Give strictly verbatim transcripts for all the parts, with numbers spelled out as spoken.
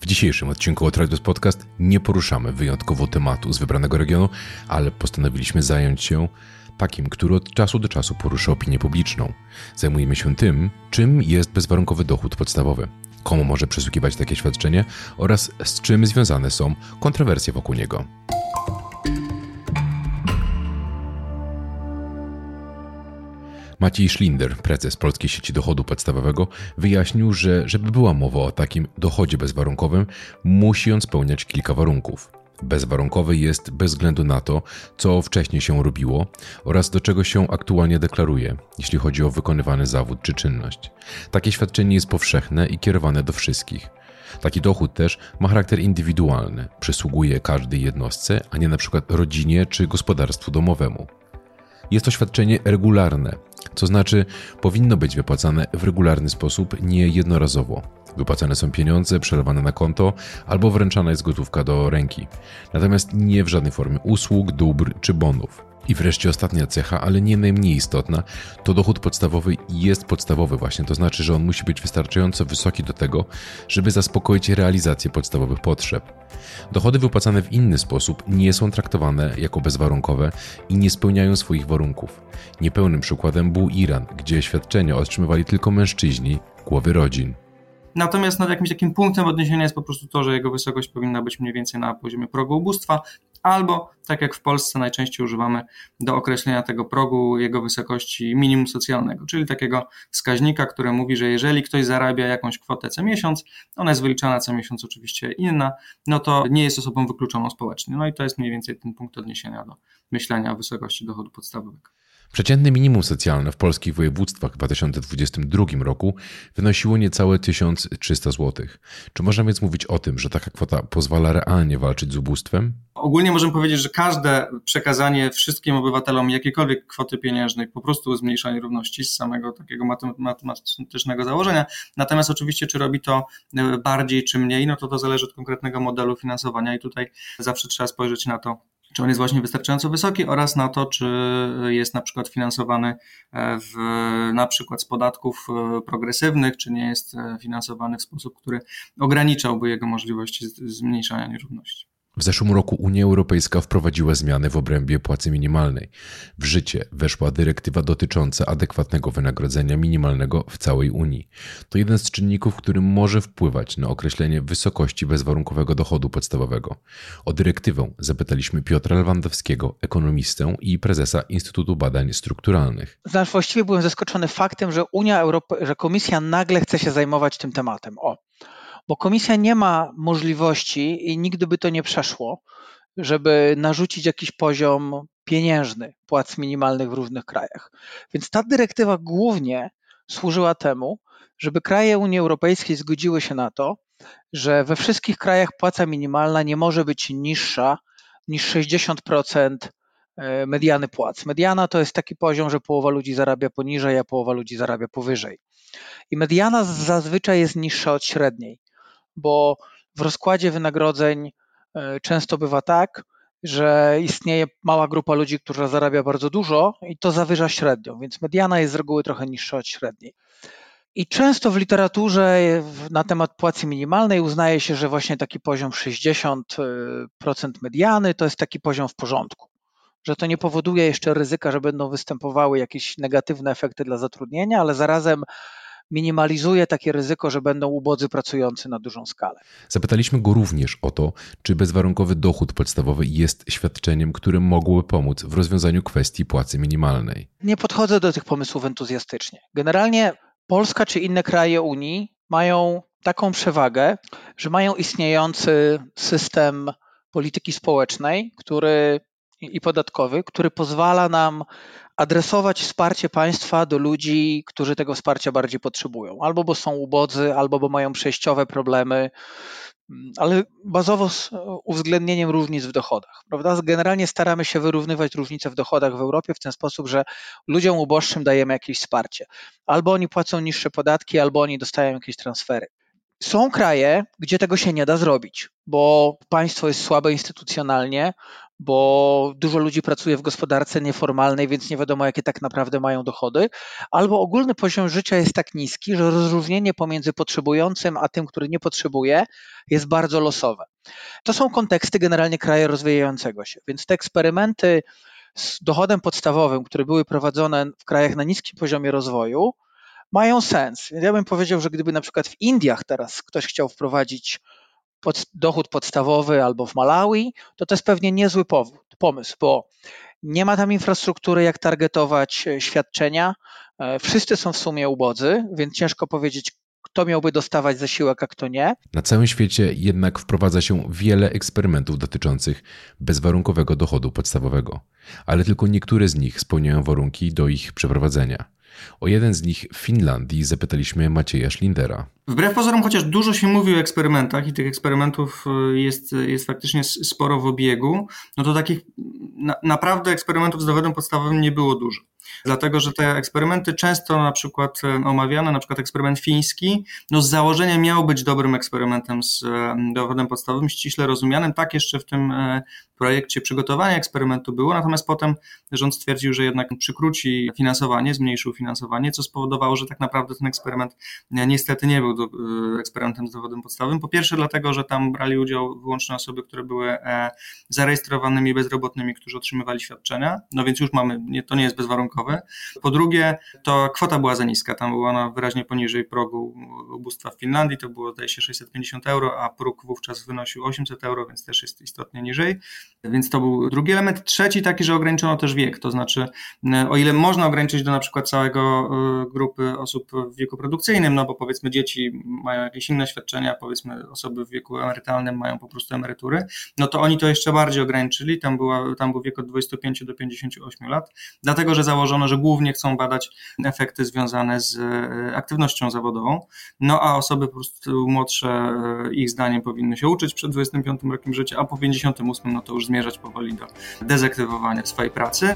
W dzisiejszym odcinku Traders Podcast nie poruszamy wyjątkowo tematu z wybranego regionu, ale postanowiliśmy zająć się takim, który od czasu do czasu porusza opinię publiczną. Zajmujemy się tym, czym jest bezwarunkowy dochód podstawowy, komu może przysługiwać takie świadczenie oraz z czym związane są kontrowersje wokół niego. Maciej Szlinder, prezes Polskiej Sieci Dochodu Podstawowego, wyjaśnił, że żeby była mowa o takim dochodzie bezwarunkowym, musi on spełniać kilka warunków. Bezwarunkowy jest bez względu na to, co wcześniej się robiło oraz do czego się aktualnie deklaruje, jeśli chodzi o wykonywany zawód czy czynność. Takie świadczenie jest powszechne i kierowane do wszystkich. Taki dochód też ma charakter indywidualny, przysługuje każdej jednostce, a nie na przykład rodzinie czy gospodarstwu domowemu. Jest to świadczenie regularne, co znaczy powinno być wypłacane w regularny sposób, nie jednorazowo. Wypłacane są pieniądze przelewane na konto albo wręczana jest gotówka do ręki. Natomiast nie w żadnej formie usług, dóbr czy bonów. I wreszcie ostatnia cecha, ale nie najmniej istotna, to dochód podstawowy jest podstawowy właśnie, to znaczy, że on musi być wystarczająco wysoki do tego, żeby zaspokoić realizację podstawowych potrzeb. Dochody wypłacane w inny sposób nie są traktowane jako bezwarunkowe i nie spełniają swoich warunków. Niepełnym przykładem był Iran, gdzie świadczenia otrzymywali tylko mężczyźni, głowy rodzin. Natomiast no, jakimś takim punktem odniesienia jest po prostu to, że jego wysokość powinna być mniej więcej na poziomie progu ubóstwa, albo, tak jak w Polsce najczęściej używamy do określenia tego progu, jego wysokości minimum socjalnego, czyli takiego wskaźnika, który mówi, że jeżeli ktoś zarabia jakąś kwotę co miesiąc, ona jest wyliczana co miesiąc oczywiście inna, no to nie jest osobą wykluczoną społecznie. No i to jest mniej więcej ten punkt odniesienia do myślenia o wysokości dochodu podstawowego. Przeciętne minimum socjalne w polskich województwach w dwa tysiące dwudziestym drugim roku wynosiło niecałe tysiąc trzysta złotych. Czy można więc mówić o tym, że taka kwota pozwala realnie walczyć z ubóstwem? Ogólnie możemy powiedzieć, że każde przekazanie wszystkim obywatelom jakiejkolwiek kwoty pieniężnej po prostu zmniejsza nierówności z samego takiego matematycznego założenia. Natomiast oczywiście, czy robi to bardziej czy mniej, no to to zależy od konkretnego modelu finansowania i tutaj zawsze trzeba spojrzeć na to, czy on jest właśnie wystarczająco wysoki oraz na to, czy jest na przykład finansowany w, na przykład z podatków progresywnych, czy nie jest finansowany w sposób, który ograniczałby jego możliwości zmniejszania nierówności. W zeszłym roku Unia Europejska wprowadziła zmiany w obrębie płacy minimalnej. W życie weszła dyrektywa dotycząca adekwatnego wynagrodzenia minimalnego w całej Unii. To jeden z czynników, który może wpływać na określenie wysokości bezwarunkowego dochodu podstawowego. O dyrektywę zapytaliśmy Piotra Lewandowskiego, ekonomistę i prezesa Instytutu Badań Strukturalnych. Znaczy, właściwie byłem zaskoczony faktem, że Unia Europejska, że Komisja nagle chce się zajmować tym tematem. O. Bo Komisja nie ma możliwości i nigdy by to nie przeszło, żeby narzucić jakiś poziom pieniężny płac minimalnych w różnych krajach. Więc ta dyrektywa głównie służyła temu, żeby kraje Unii Europejskiej zgodziły się na to, że we wszystkich krajach płaca minimalna nie może być niższa niż sześćdziesiąt procent mediany płac. Mediana to jest taki poziom, że połowa ludzi zarabia poniżej, a połowa ludzi zarabia powyżej. I mediana zazwyczaj jest niższa od średniej, bo w rozkładzie wynagrodzeń często bywa tak, że istnieje mała grupa ludzi, która zarabia bardzo dużo i to zawyża średnią, więc mediana jest z reguły trochę niższa od średniej. I często w literaturze na temat płacy minimalnej uznaje się, że właśnie taki poziom sześćdziesiąt procent mediany to jest taki poziom w porządku, że to nie powoduje jeszcze ryzyka, że będą występowały jakieś negatywne efekty dla zatrudnienia, ale zarazem minimalizuje takie ryzyko, że będą ubodzy pracujący na dużą skalę. Zapytaliśmy go również o to, czy bezwarunkowy dochód podstawowy jest świadczeniem, które mogłoby pomóc w rozwiązaniu kwestii płacy minimalnej. Nie podchodzę do tych pomysłów entuzjastycznie. Generalnie Polska czy inne kraje Unii mają taką przewagę, że mają istniejący system polityki społecznej, który i podatkowy, który pozwala nam adresować wsparcie państwa do ludzi, którzy tego wsparcia bardziej potrzebują. Albo bo są ubodzy, albo bo mają przejściowe problemy, ale bazowo z uwzględnieniem różnic w dochodach. Prawda? Generalnie staramy się wyrównywać różnice w dochodach w Europie w ten sposób, że ludziom uboższym dajemy jakieś wsparcie. Albo oni płacą niższe podatki, albo oni dostają jakieś transfery. Są kraje, gdzie tego się nie da zrobić, bo państwo jest słabe instytucjonalnie, bo dużo ludzi pracuje w gospodarce nieformalnej, więc nie wiadomo, jakie tak naprawdę mają dochody, albo ogólny poziom życia jest tak niski, że rozróżnienie pomiędzy potrzebującym a tym, który nie potrzebuje, jest bardzo losowe. To są konteksty generalnie kraju rozwijającego się, więc te eksperymenty z dochodem podstawowym, które były prowadzone w krajach na niskim poziomie rozwoju, mają sens. Ja bym powiedział, że gdyby na przykład w Indiach teraz ktoś chciał wprowadzić pod, dochód podstawowy albo w Malawi, to to jest pewnie niezły powód, pomysł, bo nie ma tam infrastruktury, jak targetować świadczenia. Wszyscy są w sumie ubodzy, więc ciężko powiedzieć, kto miałby dostawać zasiłek, a kto nie. Na całym świecie jednak wprowadza się wiele eksperymentów dotyczących bezwarunkowego dochodu podstawowego, ale tylko niektóre z nich spełniają warunki do ich przeprowadzenia. O jeden z nich w Finlandii zapytaliśmy Macieja Schlindera. Wbrew pozorom, chociaż dużo się mówi o eksperymentach i tych eksperymentów jest, jest faktycznie sporo w obiegu, no to takich na, naprawdę eksperymentów z dowodem podstawowym nie było dużo. Dlatego, że te eksperymenty często na przykład omawiane, na przykład eksperyment fiński, no z założenia miał być dobrym eksperymentem z dowodem podstawowym, ściśle rozumianym. Tak jeszcze w tym projekcie przygotowania eksperymentu było, natomiast potem rząd stwierdził, że jednak przykróci finansowanie, zmniejszył finansowanie, co spowodowało, że tak naprawdę ten eksperyment niestety nie był do, eksperymentem z dowodem podstawowym. Po pierwsze dlatego, że tam brali udział wyłącznie osoby, które były zarejestrowanymi bezrobotnymi, którzy otrzymywali świadczenia, no więc już mamy, nie, to nie jest bezwarunkowe. Po drugie, to kwota była za niska, tam była ona wyraźnie poniżej progu ubóstwa w Finlandii, to było zdaje się sześćset pięćdziesiąt euro, a próg wówczas wynosił osiemset euro, więc też jest istotnie niżej, więc to był drugi element. Trzeci taki, że ograniczono też wiek, to znaczy o ile można ograniczyć do na przykład całego grupy osób w wieku produkcyjnym, no bo powiedzmy dzieci mają jakieś inne świadczenia, powiedzmy osoby w wieku emerytalnym mają po prostu emerytury, no to oni to jeszcze bardziej ograniczyli, tam, była, tam był wiek od dwudziestu pięciu do pięćdziesięciu ośmiu lat, dlatego, że założono, że głównie chcą badać efekty związane z aktywnością zawodową, no a osoby po prostu młodsze ich zdaniem powinny się uczyć przed dwudziestym piątym rokiem życia, a po pięćdziesiątym ósmym no to już zmierzać powoli do dezaktywowania swojej pracy.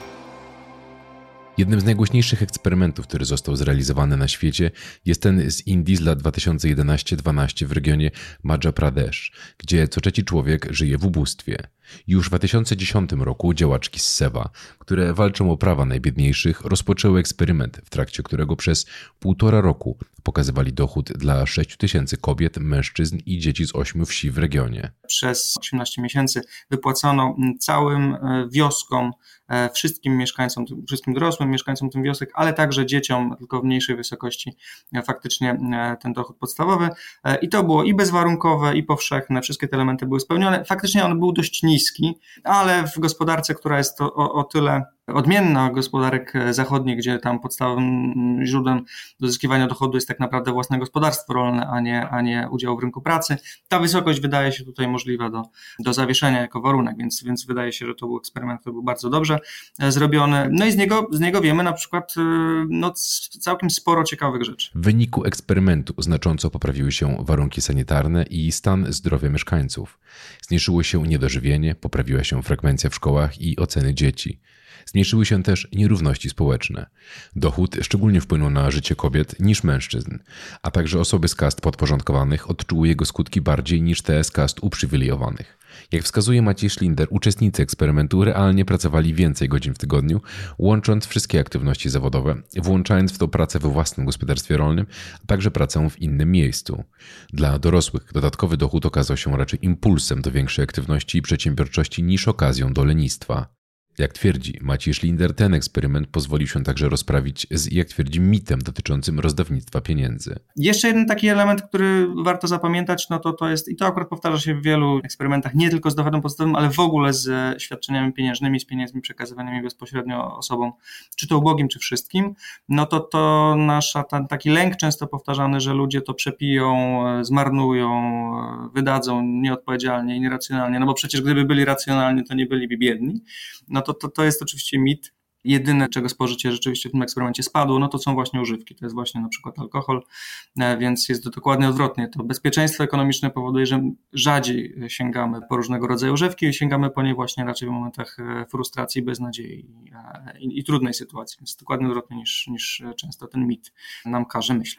Jednym z najgłośniejszych eksperymentów, który został zrealizowany na świecie, jest ten z Indii z lat dwa tysiące jedenaście dwanaście w regionie Madhya Pradesh, gdzie co trzeci człowiek żyje w ubóstwie. Już w dwa tysiące dziesiątym roku działaczki z Seva, które walczą o prawa najbiedniejszych, rozpoczęły eksperyment, w trakcie którego przez półtora roku pokazywali dochód dla sześciu tysięcy kobiet, mężczyzn i dzieci z ośmiu wsi w regionie. Przez osiemnaście miesięcy wypłacono całym wioskom, wszystkim mieszkańcom, wszystkim dorosłym mieszkańcom tym wiosek, ale także dzieciom, tylko w mniejszej wysokości faktycznie ten dochód podstawowy. I to było i bezwarunkowe, i powszechne, wszystkie te elementy były spełnione. Faktycznie on był dość niski, ale w gospodarce, która jest o, o tyle odmienna od gospodarek zachodnich, gdzie tam podstawowym źródłem uzyskiwania dochodu jest tak naprawdę własne gospodarstwo rolne, a nie, a nie udział w rynku pracy. Ta wysokość wydaje się tutaj możliwa do, do zawieszenia jako warunek, więc, więc wydaje się, że to był eksperyment, który był bardzo dobrze zrobiony. No i z niego, z niego wiemy na przykład no, całkiem sporo ciekawych rzeczy. W wyniku eksperymentu znacząco poprawiły się warunki sanitarne i stan zdrowia mieszkańców. Zmniejszyło się niedożywienie, poprawiła się frekwencja w szkołach i oceny dzieci. Zmniejszyły się też nierówności społeczne. Dochód szczególnie wpłynął na życie kobiet niż mężczyzn, a także osoby z kast podporządkowanych odczuły jego skutki bardziej niż te z kast uprzywilejowanych. Jak wskazuje Maciej Schlinder, uczestnicy eksperymentu realnie pracowali więcej godzin w tygodniu, łącząc wszystkie aktywności zawodowe, włączając w to pracę we własnym gospodarstwie rolnym, a także pracę w innym miejscu. Dla dorosłych dodatkowy dochód okazał się raczej impulsem do większej aktywności i przedsiębiorczości niż okazją do lenistwa. Jak twierdzi Maciej Schlinder, ten eksperyment pozwolił się także rozprawić z, jak twierdzi, mitem dotyczącym rozdawnictwa pieniędzy. Jeszcze jeden taki element, który warto zapamiętać, no to to jest, i to akurat powtarza się w wielu eksperymentach, nie tylko z dochodem podstawowym, ale w ogóle z świadczeniami pieniężnymi, z pieniędzmi przekazywanymi bezpośrednio osobom, czy to ubogim, czy wszystkim, no to to nasza, ten taki lęk często powtarzany, że ludzie to przepiją, zmarnują, wydadzą nieodpowiedzialnie i nieracjonalnie, no bo przecież gdyby byli racjonalni, to nie byliby biedni. No to, to, to jest oczywiście mit. Jedyne, czego spożycie rzeczywiście w tym eksperymencie spadło, no to są właśnie używki, to jest właśnie na przykład alkohol, więc jest to dokładnie odwrotnie. To bezpieczeństwo ekonomiczne powoduje, że rzadziej sięgamy po różnego rodzaju używki i sięgamy po nie właśnie raczej w momentach frustracji, beznadziei i, i, i trudnej sytuacji, więc dokładnie odwrotnie niż, niż często ten mit nam każe myśleć.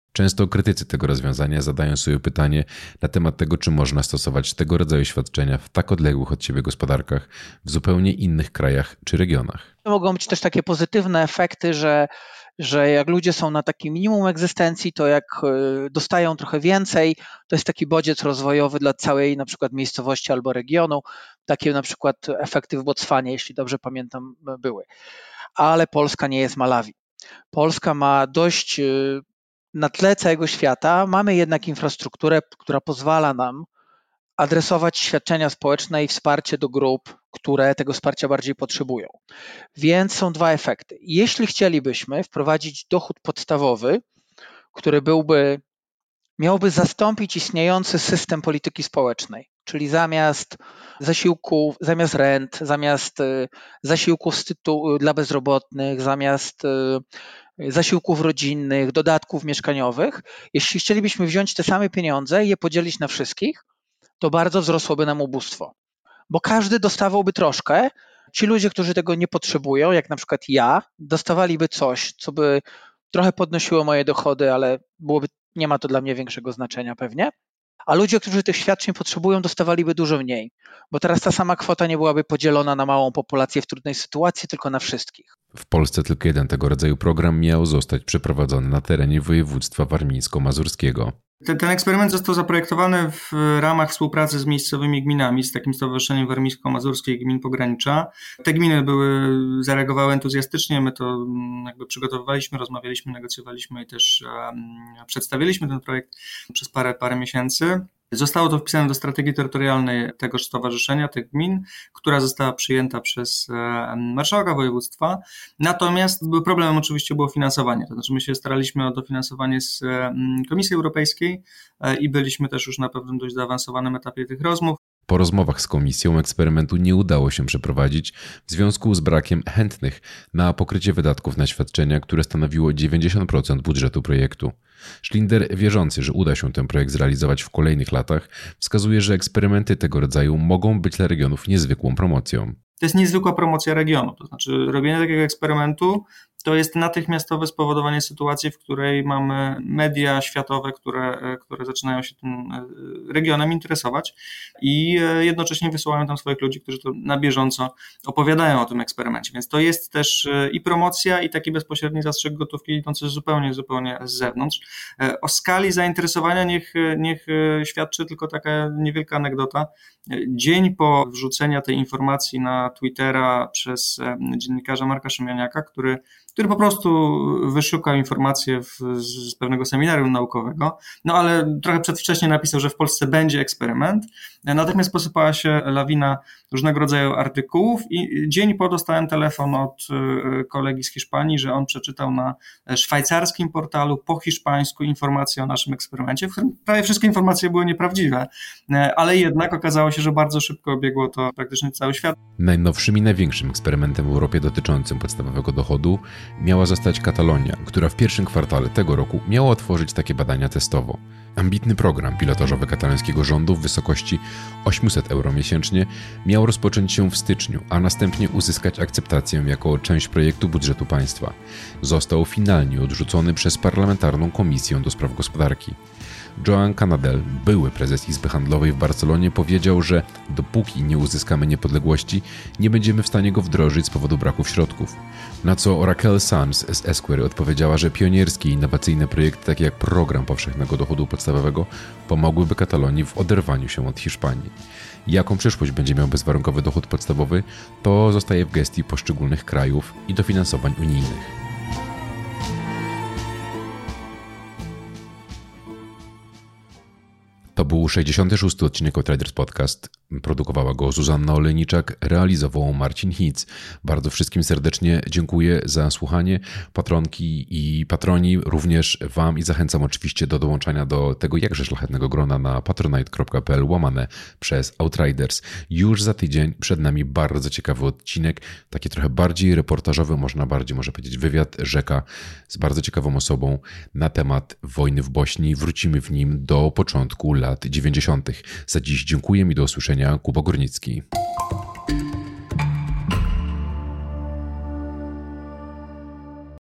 Często krytycy tego rozwiązania zadają sobie pytanie na temat tego, czy można stosować tego rodzaju świadczenia w tak odległych od siebie gospodarkach w zupełnie innych krajach czy regionach. Mogą być też takie pozytywne efekty, że, że jak ludzie są na takim minimum egzystencji, to jak dostają trochę więcej, to jest taki bodziec rozwojowy dla całej na przykład miejscowości albo regionu. Takie na przykład efekty w Botswanie, jeśli dobrze pamiętam, były. Ale Polska nie jest Malawi. Polska ma dość... Na tle całego świata mamy jednak infrastrukturę, która pozwala nam adresować świadczenia społeczne i wsparcie do grup, które tego wsparcia bardziej potrzebują. Więc są dwa efekty. Jeśli chcielibyśmy wprowadzić dochód podstawowy, który byłby, miałby zastąpić istniejący system polityki społecznej, czyli zamiast zasiłków, zamiast rent, zamiast zasiłków z tytułu dla bezrobotnych, zamiast zasiłków rodzinnych, dodatków mieszkaniowych, jeśli chcielibyśmy wziąć te same pieniądze i je podzielić na wszystkich, to bardzo wzrosłoby nam ubóstwo, bo każdy dostawałby troszkę. Ci ludzie, którzy tego nie potrzebują, jak na przykład ja, dostawaliby coś, co by trochę podnosiło moje dochody, ale byłoby, nie ma to dla mnie większego znaczenia pewnie. A ludzie, którzy tych świadczeń potrzebują, dostawaliby dużo mniej, bo teraz ta sama kwota nie byłaby podzielona na małą populację w trudnej sytuacji, tylko na wszystkich. W Polsce tylko jeden tego rodzaju program miał zostać przeprowadzony na terenie województwa warmińsko-mazurskiego. Ten, ten eksperyment został zaprojektowany w ramach współpracy z miejscowymi gminami, z takim Stowarzyszeniem Warmińsko-Mazurskich Gmin Pogranicza. Te gminy były, zareagowały entuzjastycznie, my to jakby przygotowywaliśmy, rozmawialiśmy, negocjowaliśmy i też um, przedstawiliśmy ten projekt przez parę, parę miesięcy. Zostało to wpisane do strategii terytorialnej tegoż stowarzyszenia, tych gmin, która została przyjęta przez marszałka województwa. Natomiast problemem oczywiście było finansowanie. To znaczy my się staraliśmy o dofinansowanie z Komisji Europejskiej i byliśmy też już na pewnym dość zaawansowanym etapie tych rozmów. Po rozmowach z komisją eksperymentu nie udało się przeprowadzić w związku z brakiem chętnych na pokrycie wydatków na świadczenia, które stanowiło dziewięćdziesiąt procent budżetu projektu. Schlinder, wierzący, że uda się ten projekt zrealizować w kolejnych latach, wskazuje, że eksperymenty tego rodzaju mogą być dla regionów niezwykłą promocją. To jest niezwykła promocja regionu, to znaczy robienie takiego eksperymentu to jest natychmiastowe spowodowanie sytuacji, w której mamy media światowe, które, które zaczynają się tym regionem interesować i jednocześnie wysyłają tam swoich ludzi, którzy to na bieżąco opowiadają o tym eksperymencie. Więc to jest też i promocja, i taki bezpośredni zastrzyk gotówki idący zupełnie, zupełnie z zewnątrz. O skali zainteresowania niech, niech świadczy tylko taka niewielka anegdota. Dzień po wrzuceniu tej informacji na Twittera przez dziennikarza Marka Szymianiaka, który który po prostu wyszukał informacje w, z pewnego seminarium naukowego, no ale trochę przedwcześnie napisał, że w Polsce będzie eksperyment. Natychmiast posypała się lawina różnego rodzaju artykułów i dzień po dostałem telefon od kolegi z Hiszpanii, że on przeczytał na szwajcarskim portalu po hiszpańsku informacje o naszym eksperymencie, w którym prawie wszystkie informacje były nieprawdziwe, ale jednak okazało się, że bardzo szybko obiegło to praktycznie cały świat. Najnowszym i największym eksperymentem w Europie dotyczącym podstawowego dochodu miała zostać Katalonia, która w pierwszym kwartale tego roku miała otworzyć takie badania testowo. Ambitny program pilotażowy katalońskiego rządu w wysokości osiemset euro miesięcznie miał rozpocząć się w styczniu, a następnie uzyskać akceptację jako część projektu budżetu państwa. Został finalnie odrzucony przez Parlamentarną Komisję do Spraw Gospodarki. Joan Canadell, były prezes Izby Handlowej w Barcelonie, powiedział, że dopóki nie uzyskamy niepodległości, nie będziemy w stanie go wdrożyć z powodu braków środków. Na co Raquel Sanz z Esquire odpowiedziała, że pionierskie i innowacyjne projekty takie jak program powszechnego dochodu podstawowego pomogłyby Katalonii w oderwaniu się od Hiszpanii. Jaką przyszłość będzie miał bezwarunkowy dochód podstawowy, to zostaje w gestii poszczególnych krajów i dofinansowań unijnych. To był sześćdziesiąty szósty odcinek Outriders Podcast. Produkowała go Zuzanna Olejniczak, realizował Marcin Hitz. Bardzo wszystkim serdecznie dziękuję za słuchanie. Patronki i patroni również Wam i zachęcam oczywiście do dołączania do tego jakże szlachetnego grona na patronite kropka p l łamane przez Outriders. Już za tydzień przed nami bardzo ciekawy odcinek, taki trochę bardziej reportażowy, można bardziej może powiedzieć wywiad rzeka z bardzo ciekawą osobą na temat wojny w Bośni. Wrócimy w nim do początku lat dziewięćdziesiątych. Za dziś dziękuję i do usłyszenia. Kuba Górnicki.